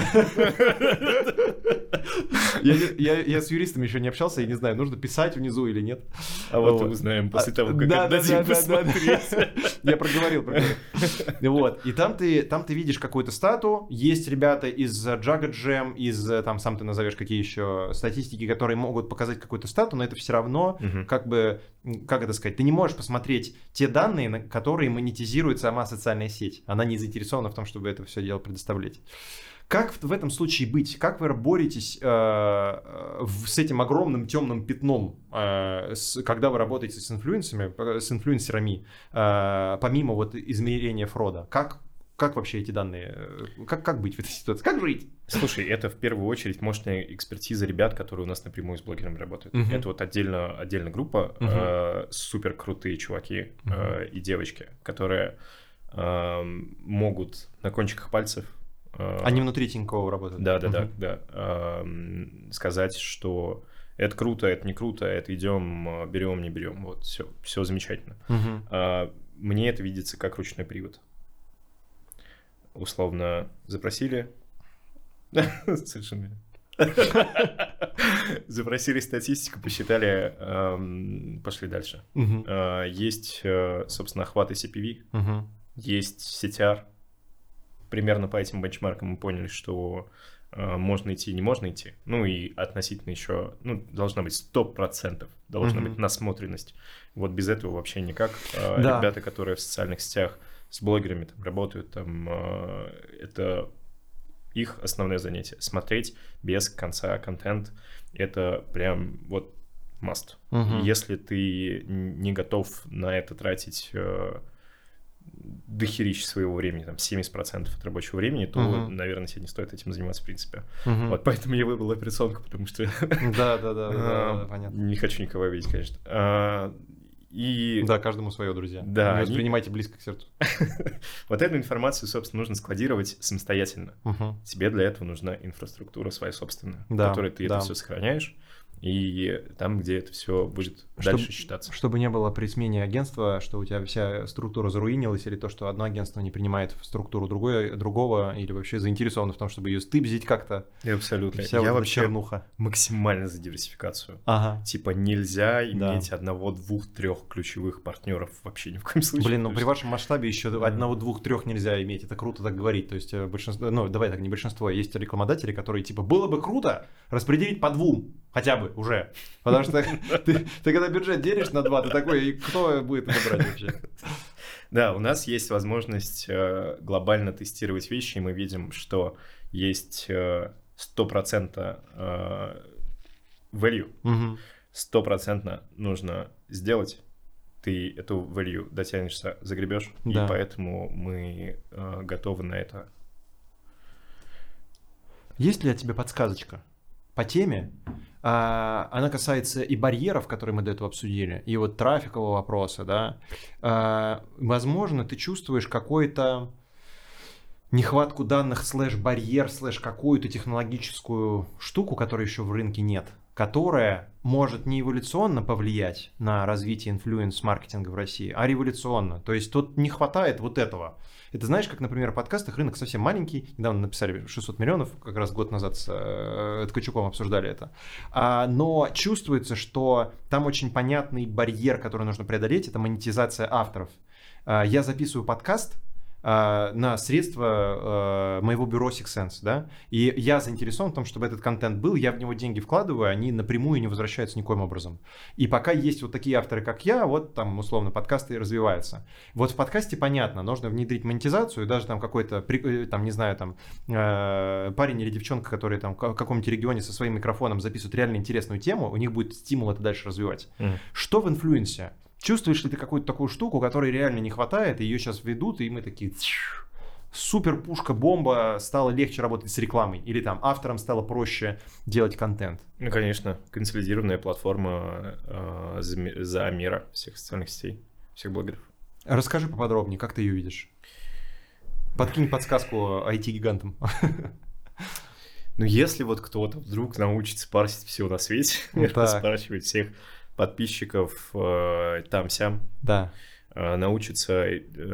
Я с юристом еще не общался, я не знаю, нужно писать внизу или нет. А вот узнаем после того, как отдадим посмотреть. Я проговорил. Вот. И там ты видишь какую-то стату, есть ребята из Jagged Jam, из, там, сам ты назовешь какие еще статистики, которые могут показать какую-то стату, но это все равно, как бы, как это сказать, ты не можешь посмотреть те данные, на которые монетизирует сама социальная сеть. Она не заинтересована в том, чтобы это все дело предоставлять. Как в этом случае быть? Как вы боретесь с этим огромным темным пятном, когда вы работаете с инфлюенсерами, помимо вот измерения фрода? Как вообще эти данные? Как быть в этой ситуации? Как жить? Слушай, это в первую очередь мощная экспертиза ребят, которые у нас напрямую с блогерами работают. Это вот отдельная группа, супер крутые чуваки и девочки, которые могут на кончиках пальцев. Они внутри Тинькова работают. Да. Сказать, что это круто, это не круто, это идем, берем, не берем. Вот, все замечательно. Мне это видится как ручной привод. Условно запросили. Совершенно. Запросили статистику, посчитали, пошли дальше. Есть, собственно, охваты CPV, есть CTR. Примерно по этим бенчмаркам мы поняли, что можно идти, не можно идти. Ну и относительно еще, должна быть 100%, должна быть насмотренность. Вот без этого вообще никак. Да. Ребята, которые в социальных сетях с блогерами там работают, там, это их основное занятие. Смотреть без конца контент, это прям вот must. Если ты не готов на это тратить дохерища своего времени, там 70% от рабочего времени, то, наверное, тебе не стоит этим заниматься в принципе. Вот поэтому я выбрал операционку, потому что да, понятно. Не хочу никого видеть, конечно. Да, каждому свое, друзья. Да, не воспринимайте близко к сердцу. Вот эту информацию, собственно, нужно складировать самостоятельно. Тебе для этого нужна инфраструктура своя собственная, в которой ты это все сохраняешь. И там, где это все будет дальше считаться. Чтобы не было при смене агентства, что у тебя вся структура заруинилась, или то, что одно агентство не принимает структуру другого, или вообще заинтересовано в том, чтобы ее стыбзить как-то. Абсолютно. Вся я вот вообще чернуха. Максимально за диверсификацию. Типа нельзя иметь одного, двух, трех ключевых партнеров вообще ни в коем случае. Блин, при вашем масштабе еще одного, двух, трех нельзя иметь. Это круто так говорить. То есть большинство, давай так, не большинство, есть рекламодатели, которые типа было бы круто распределить по двум. Хотя бы уже. Потому что ты когда бюджет делишь на 2, ты такой, и кто будет это брать вообще? Да, у нас есть возможность глобально тестировать вещи, и мы видим, что есть 100% value. 100% нужно сделать. Ты эту value дотянешься, загребешь, и поэтому мы готовы на это. Есть ли от тебя подсказочка по теме? Она касается и барьеров, которые мы до этого обсудили, и вот трафикового вопроса, да. Возможно, ты чувствуешь какую-то нехватку данных /барьер/ какую-то технологическую штуку, которой еще в рынке нет. которая может не эволюционно повлиять на развитие инфлюенс-маркетинга в России, а революционно. То есть тут не хватает вот этого. Это знаешь, как, например, в подкастах рынок совсем маленький. Недавно написали 600 миллионов, как раз год назад с Ткачуком обсуждали это. Но чувствуется, что там очень понятный барьер, который нужно преодолеть, это монетизация авторов. Я записываю подкаст на средства моего бюро Six Sense, да, и я заинтересован в том, чтобы этот контент был, я в него деньги вкладываю, они напрямую не возвращаются никоим образом. И пока есть вот такие авторы, как я, вот там, условно, подкасты развиваются. Вот в подкасте понятно, нужно внедрить монетизацию, даже там какой-то, там, не знаю, там, парень или девчонка, которые там в каком-нибудь регионе со своим микрофоном записывают реально интересную тему, у них будет стимул это дальше развивать. Что в инфлюенсе? Чувствуешь ли ты какую-то такую штуку, которой реально не хватает, и ее сейчас ведут, и мы такие, супер пушка, бомба, стало легче работать с рекламой, или там авторам стало проще делать контент? Ну, конечно, консолидированная платформа за мира всех социальных сетей, всех блогеров. Расскажи поподробнее, как ты ее видишь? Подкинь подсказку IT-гигантам. Ну, если вот кто-то вдруг научится парсить все на свете, спрашивать всех подписчиков там-сям, да, научится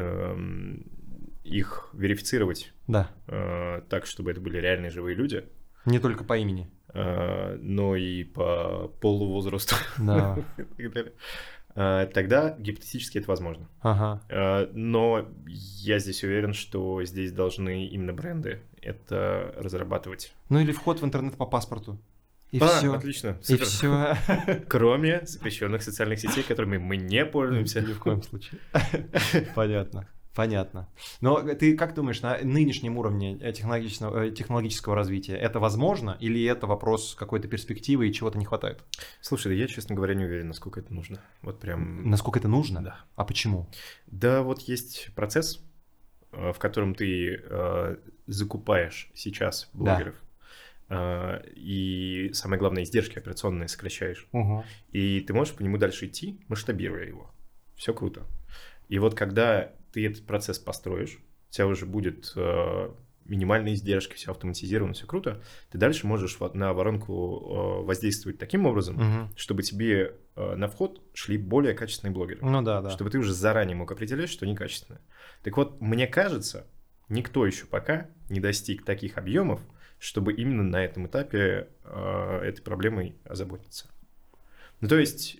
их верифицировать, да, так, чтобы это были реальные живые люди. Не только по имени. Но и по полу, возрасту. Да. И так далее. Тогда гипотетически это возможно. Ага. Но я здесь уверен, что здесь должны именно бренды это разрабатывать. Ну или вход в интернет по паспорту. И все. Отлично. И все. Кроме запрещенных социальных сетей, которыми мы не пользуемся. Ни в коем случае. Понятно. Понятно. Но ты как думаешь, на нынешнем уровне технологического развития это возможно или это вопрос какой-то перспективы и чего-то не хватает? Слушай, да я, честно говоря, не уверен, насколько это нужно. Вот прям... Насколько это нужно? Да. А почему? Да, вот есть процесс, в котором ты закупаешь сейчас блогеров. Да. И самое главное, издержки операционные сокращаешь. Угу. И ты можешь по нему дальше идти, масштабируя его. Все круто. И вот когда ты этот процесс построишь, у тебя уже будет минимальные издержки, все автоматизировано, все круто, ты дальше можешь на воронку воздействовать таким образом, чтобы тебе на вход шли более качественные блогеры. Ну да, да. Чтобы ты уже заранее мог определять, что некачественное. Так вот, мне кажется, никто еще пока не достиг таких объемов, чтобы именно на этом этапе этой проблемой озаботиться. Ну, то есть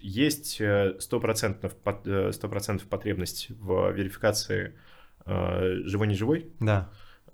100% потребность в верификации живой-неживой. Да.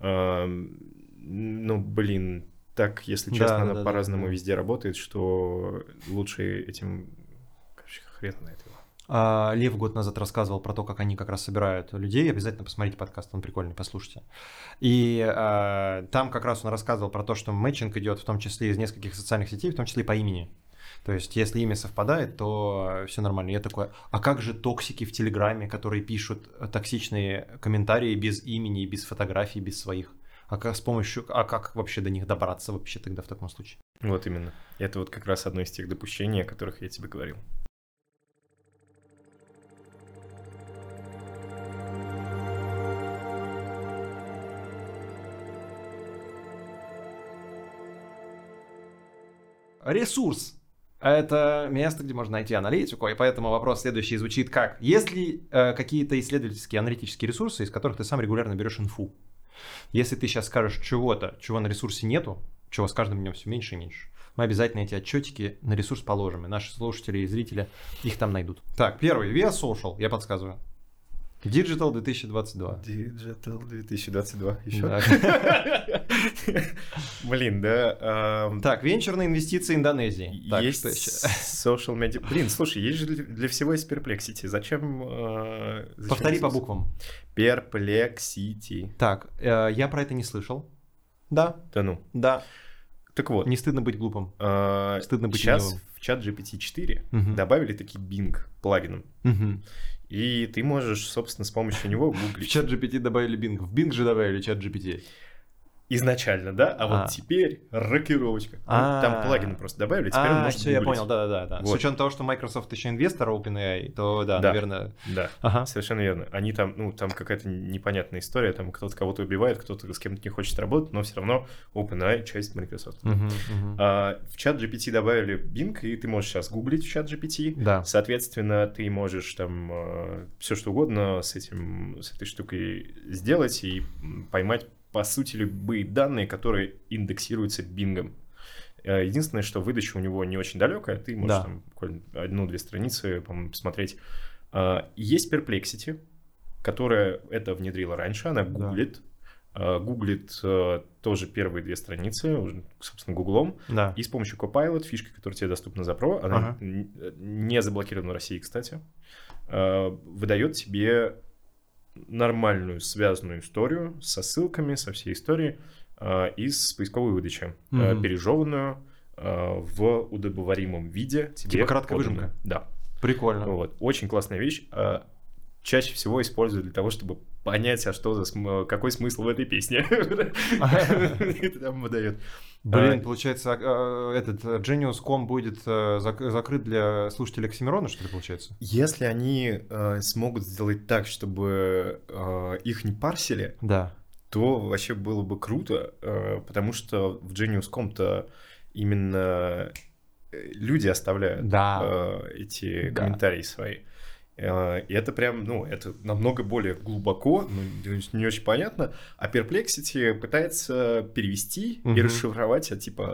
Ну, блин, так, если честно, она по-разному везде работает, что лучше этим, короче, хрен на это. Лев год назад рассказывал про то, как они как раз собирают людей. Обязательно посмотрите подкаст, он прикольный, послушайте. И там как раз он рассказывал про то, что мэтчинг идет в том числе из нескольких социальных сетей, в том числе и по имени. То есть, если имя совпадает, то все нормально. Я такой, а как же токсики в Телеграме, которые пишут токсичные комментарии без имени, без фотографий, без своих? А как вообще до них добраться вообще тогда в таком случае? Вот именно. Это вот как раз одно из тех допущений, о которых я тебе говорил. Ресурс. Это место, где можно найти аналитику, и поэтому вопрос следующий звучит как: есть ли какие-то исследовательские, аналитические ресурсы, из которых ты сам регулярно берешь инфу? Если ты сейчас скажешь чего-то, чего на ресурсе нету, чего с каждым днем все меньше и меньше, мы обязательно эти отчетики на ресурс положим, и наши слушатели и зрители их там найдут. Так, первый, Via Social, я подсказываю. Digital 2022. Digital 2022. Еще? Блин, да. Так, венчурные инвестиции Индонезии. Есть social media. Блин, слушай, есть же для всего есть Perplexity. Зачем? Повтори по буквам. Perplexity. Так, я про это не слышал. Да. Да ну. Да. Так вот. Не стыдно быть глупым. Стыдно быть ленивым. Сейчас в чат GPT-4 добавили такие Bing плагином. И ты можешь, собственно, с помощью него гуглить. В чат GPT добавили Bing. В Bing же добавили чат GPT. изначально, да, а вот теперь рокировочка. Там плагины просто добавили, теперь он может все, я гуглить. понял, да. Вот. С учетом того, что Microsoft еще инвестор OpenAI, то да, Да. наверное... Да, Ага. совершенно верно. Они там, там какая-то непонятная история, там кто-то кого-то убивает, кто-то с кем-то не хочет работать, но все равно OpenAI часть Microsoft. В чат GPT добавили Bing, и ты можешь сейчас гуглить в чат GPT. Да. Соответственно, ты можешь там все что угодно с этой штукой сделать и поймать, по сути, любые данные, которые индексируются Bing. Единственное, что выдача у него не очень далекая, ты можешь там буквально 1-2 страницы, по-моему, посмотреть. Есть Perplexity, которая это внедрила раньше, она гуглит. Гуглит тоже первые 2 страницы, уже, собственно, гуглом. Да. И с помощью Copilot, фишка, которая тебе доступна за Pro, она не заблокирована в России, кстати, выдает тебе нормальную связанную историю со ссылками, со всей историей из поисковой выдачи, пережеванную в удобоваримом виде. Типа краткая выжимка? Да. Прикольно. Вот. Очень классная вещь. Чаще всего используют для того, чтобы понять, а какой смысл в этой песне. Это там выдает. Блин, получается, этот Genius.com будет закрыт для слушателей Оксимирона, что ли, получается? Если они смогут сделать так, чтобы их не парсили, то вообще было бы круто, потому что в Genius.com-то именно люди оставляют эти комментарии свои. И это прям, это намного более глубоко, не очень понятно. А Perplexity пытается перевести и расшифровать,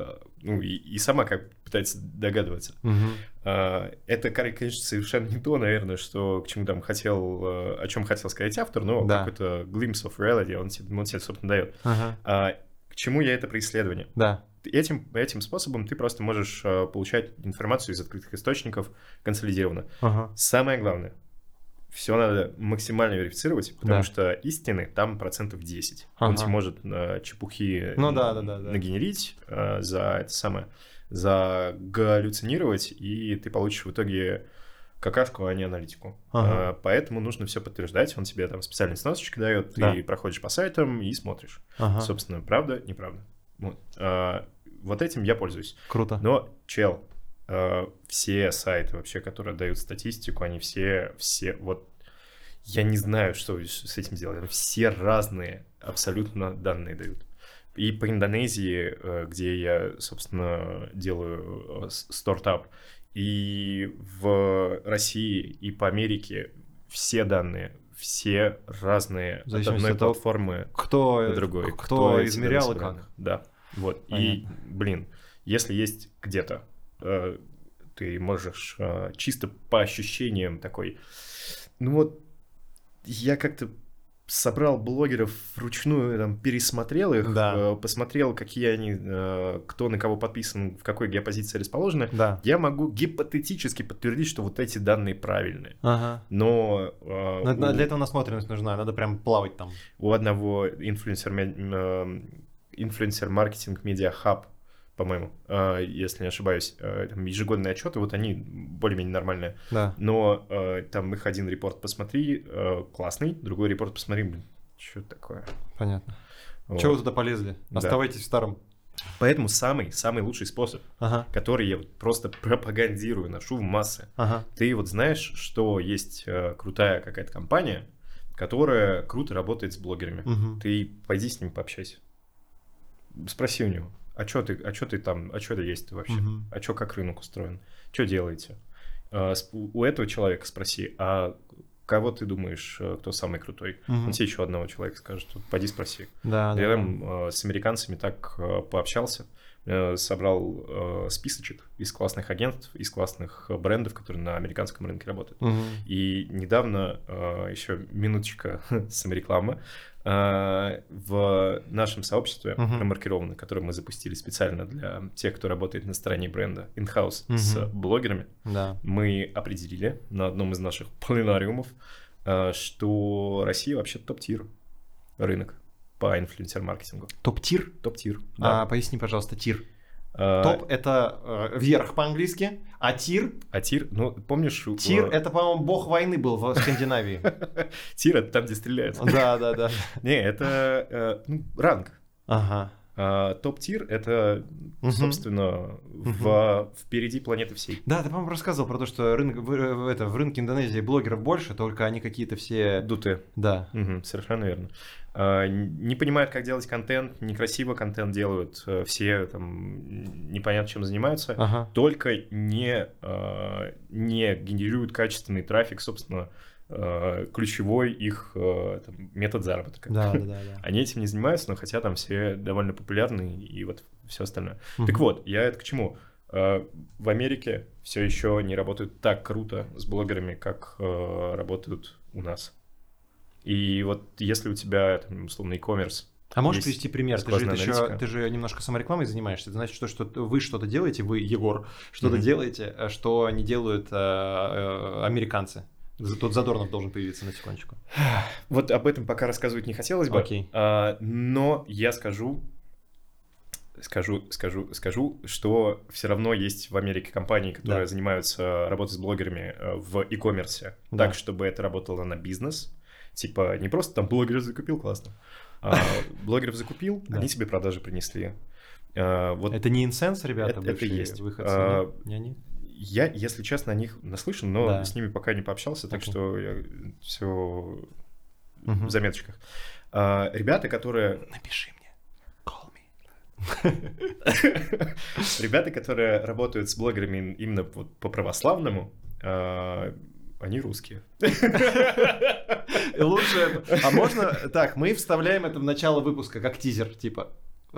и сама как пытается догадываться. Это, конечно, совершенно не то, наверное, что к чему там о чем хотел сказать автор, но какой-то glimpse of reality он тебе, собственно, дает. К чему я это про исследование? Да. Этим способом ты просто можешь получать информацию из открытых источников консолидированно. Самое главное, все надо максимально верифицировать, потому что истины там 10%. Он тебе может чепухи нагенерить, загаллюцинировать, и ты получишь в итоге какашку, а не аналитику. Поэтому нужно все подтверждать. Он тебе там специальные сносочки дает, ты проходишь по сайтам и смотришь. Собственно, правда, неправда. Вот этим я пользуюсь. Круто. Но, все сайты вообще, которые дают статистику, они все вот я не знаю, что с этим делать. Все разные абсолютно данные дают. И по Индонезии, где я, собственно, делаю стартап, и в России, и по Америке все данные, все разные от одной платформы к другой. Кто измерял и как. Да, вот. Понятно. И, если есть где-то, ты можешь чисто по ощущениям такой... я как-то собрал блогеров вручную, там, пересмотрел их, посмотрел, какие они, кто на кого подписан, в какой геопозиции расположены. Я могу гипотетически подтвердить, что вот эти данные правильные. Но для этого насмотренность нужна, надо прям плавать там. У одного инфлюенсер-маркетинг Media Hub, по-моему, если не ошибаюсь, там ежегодные отчеты, вот они более-менее нормальные. Но там их один репорт посмотри, классный, другой репорт посмотри, что это такое. Понятно. Чего вы туда полезли? Оставайтесь в старом. Поэтому самый лучший способ, который я просто пропагандирую, ношу в массы. Ты знаешь, что есть крутая какая-то компания, которая круто работает с блогерами. Ты пойди с ним пообщайся. Спроси у него. А что ты там, а что это есть вообще? А что, как рынок устроен? Что делаете? У этого человека спроси, а кого ты думаешь, кто самый крутой? Он тебе еще одного человека скажет, пойди спроси. Я там с американцами так пообщался, собрал списочек из классных агентств, из классных брендов, которые на американском рынке работают. И недавно, еще минуточка саморекламы, в нашем сообществе промаркировано, которое мы запустили специально для тех, кто работает на стороне бренда in-house с блогерами, мы определили на одном из наших планариумов, что Россия вообще топ-тир рынок по инфлюенсер-маркетингу. Топ-тир? Топ-тир, да. Поясни, пожалуйста, тир. Топ — это вверх по-английски, а тир... помнишь... Тир — это, по-моему, бог войны был в Скандинавии. Тир — это там, где стреляют. Да. Не, это ранг. Ага. Топ-тир — это, собственно, впереди планеты всей. Да, ты, по-моему, рассказывал про то, что в рынке Индонезии блогеров больше, только они какие-то все... Дутые. Да. Совершенно верно. Не понимают, как делать контент, некрасиво контент делают, все там непонятно чем занимаются, только не генерируют качественный трафик, собственно, ключевой их метод заработка. Да. Они этим не занимаются, но хотя там все довольно популярны и вот все остальное. Так вот, я это к чему? В Америке все еще не работают так круто с блогерами, как работают у нас. И вот если у тебя, там, условно, e-commerce... А можешь привести пример? Ты же немножко саморекламой занимаешься. Это значит, что вы что-то делаете, вы, Егор, что-то делаете, что не делают американцы. Тут Задорнов должен появиться на секундочку. Вот об этом пока рассказывать не хотелось бы. Окей. Но я скажу, что все равно есть в Америке компании, которые занимаются работой с блогерами в e-commerce, так, чтобы это работало на бизнес. Типа не просто там блогеров закупил, классно, а блогеров закупил, они тебе продажи принесли. Вот это не Инсенс, ребята, это есть. Выходцы, не они? Я, если честно, о них наслышан, но с ними пока не пообщался, так что я все в заметочках. Ребята, которые... Напиши мне. Call me. Ребята, которые работают с блогерами именно по православному, они русские. Лучше... А можно... Так, мы вставляем это в начало выпуска, как тизер, типа...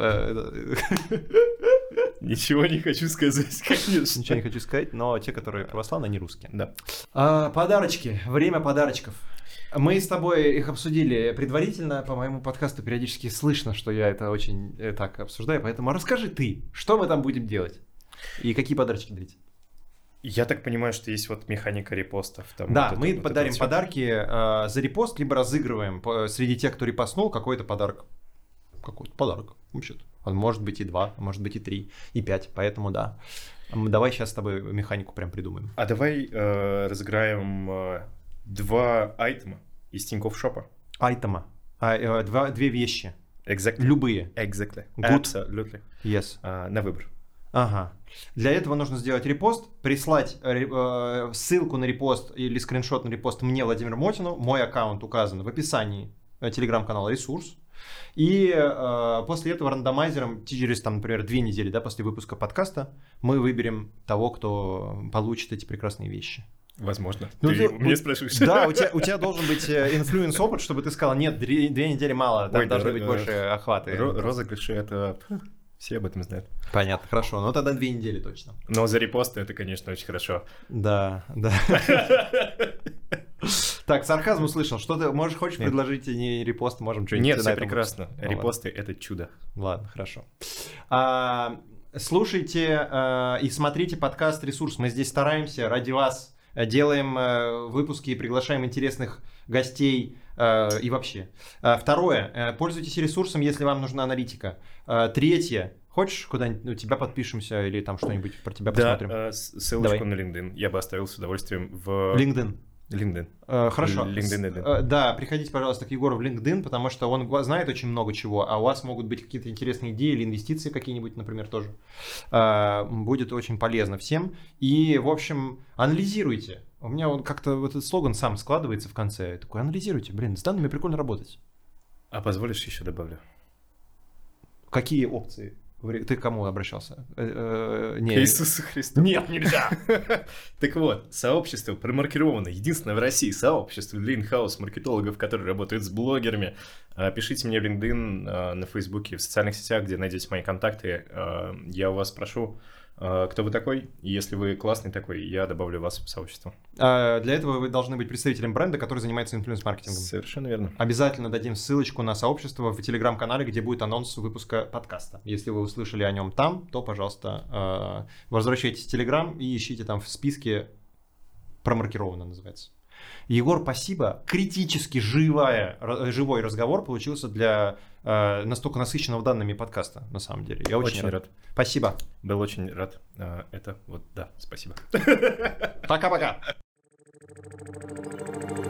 Ничего не хочу сказать, конечно. Ничего не хочу сказать, но те, которые православные, они русские. Да. Подарочки. Время подарочков. Мы с тобой их обсудили предварительно. По моему подкасту периодически слышно, что я это очень так обсуждаю. Поэтому расскажи ты, что мы там будем делать? И какие подарочки дарить? Я так понимаю, что есть вот механика репостов. Там да, вот мы это, подарим вот подарки за репост, либо разыгрываем среди тех, кто репостнул, какой-то подарок. Какой-то подарок, вообще-то. Он может быть и 2, может быть и 3, и 5, поэтому да. Давай сейчас с тобой механику прям придумаем. А давай разыграем 2 айтема из Тинькофф Шопа. Айтема. 2 вещи. Exactly. Любые. Exactly. Good. Absolutely. Yes. На выбор. Ага. Для этого нужно сделать репост, прислать ссылку на репост или скриншот на репост мне, Владимиру Мотину. Мой аккаунт указан в описании телеграм-канала «Ресурс». И после этого рандомайзером через, там, например, 2 недели, да, после выпуска подкаста, мы выберем того, кто получит эти прекрасные вещи. Возможно. Ты у меня спрашиваешь? Да, у тебя должен быть инфлюенс-опыт, чтобы ты сказал, нет, 2 недели мало, там должны быть больше охваты. Розыгрыши — это... Все об этом знают. Понятно, хорошо. Ну тогда 2 недели точно. Но за репосты это, конечно, очень хорошо. Да. Так, сарказм услышал. Что ты хочешь предложить не репост, можем что-нибудь... Нет, все прекрасно. Репосты — это чудо. Ладно, хорошо. Слушайте и смотрите подкаст «Ресурс». Мы здесь стараемся ради вас, делаем выпуски и приглашаем интересных гостей и вообще. Второе, пользуйтесь ресурсом, если вам нужна аналитика. Третье, хочешь куда-нибудь у тебя подпишемся или там что-нибудь про тебя посмотрим? Да, ссылочку на LinkedIn я бы оставил с удовольствием в... LinkedIn. Хорошо. LinkedIn. Да, приходите, пожалуйста, к Егору в LinkedIn, потому что он знает очень много чего, а у вас могут быть какие-то интересные идеи или инвестиции какие-нибудь, например, тоже. Будет очень полезно всем. И, в общем, анализируйте. У меня вот как-то вот этот слоган сам складывается в конце. Я такой, анализируйте, с данными прикольно работать. А позволишь еще добавлю? Какие опции? Ты к кому обращался? К Иисусу Христу. Нет, нельзя! Так вот, сообщество промаркировано. Единственное в России сообщество для in-house маркетологов, которые работают с блогерами. Пишите мне в LinkedIn, на Фейсбуке, в социальных сетях, где найдете мои контакты. Я у вас спрошу, кто вы такой, и если вы классный такой, я добавлю вас в сообщество. Для этого вы должны быть представителем бренда, который занимается инфлюенс-маркетингом. Совершенно верно. Обязательно дадим ссылочку на сообщество в телеграм-канале, где будет анонс выпуска подкаста. Если вы услышали о нем там, то, пожалуйста, возвращайтесь в телеграм и ищите там в списке «Промаркировано» называется. Егор, спасибо. Критически живой разговор получился для настолько насыщенного данными подкаста, на самом деле. Я очень рад. Спасибо. Был очень рад. Это вот, да, спасибо. Пока-пока.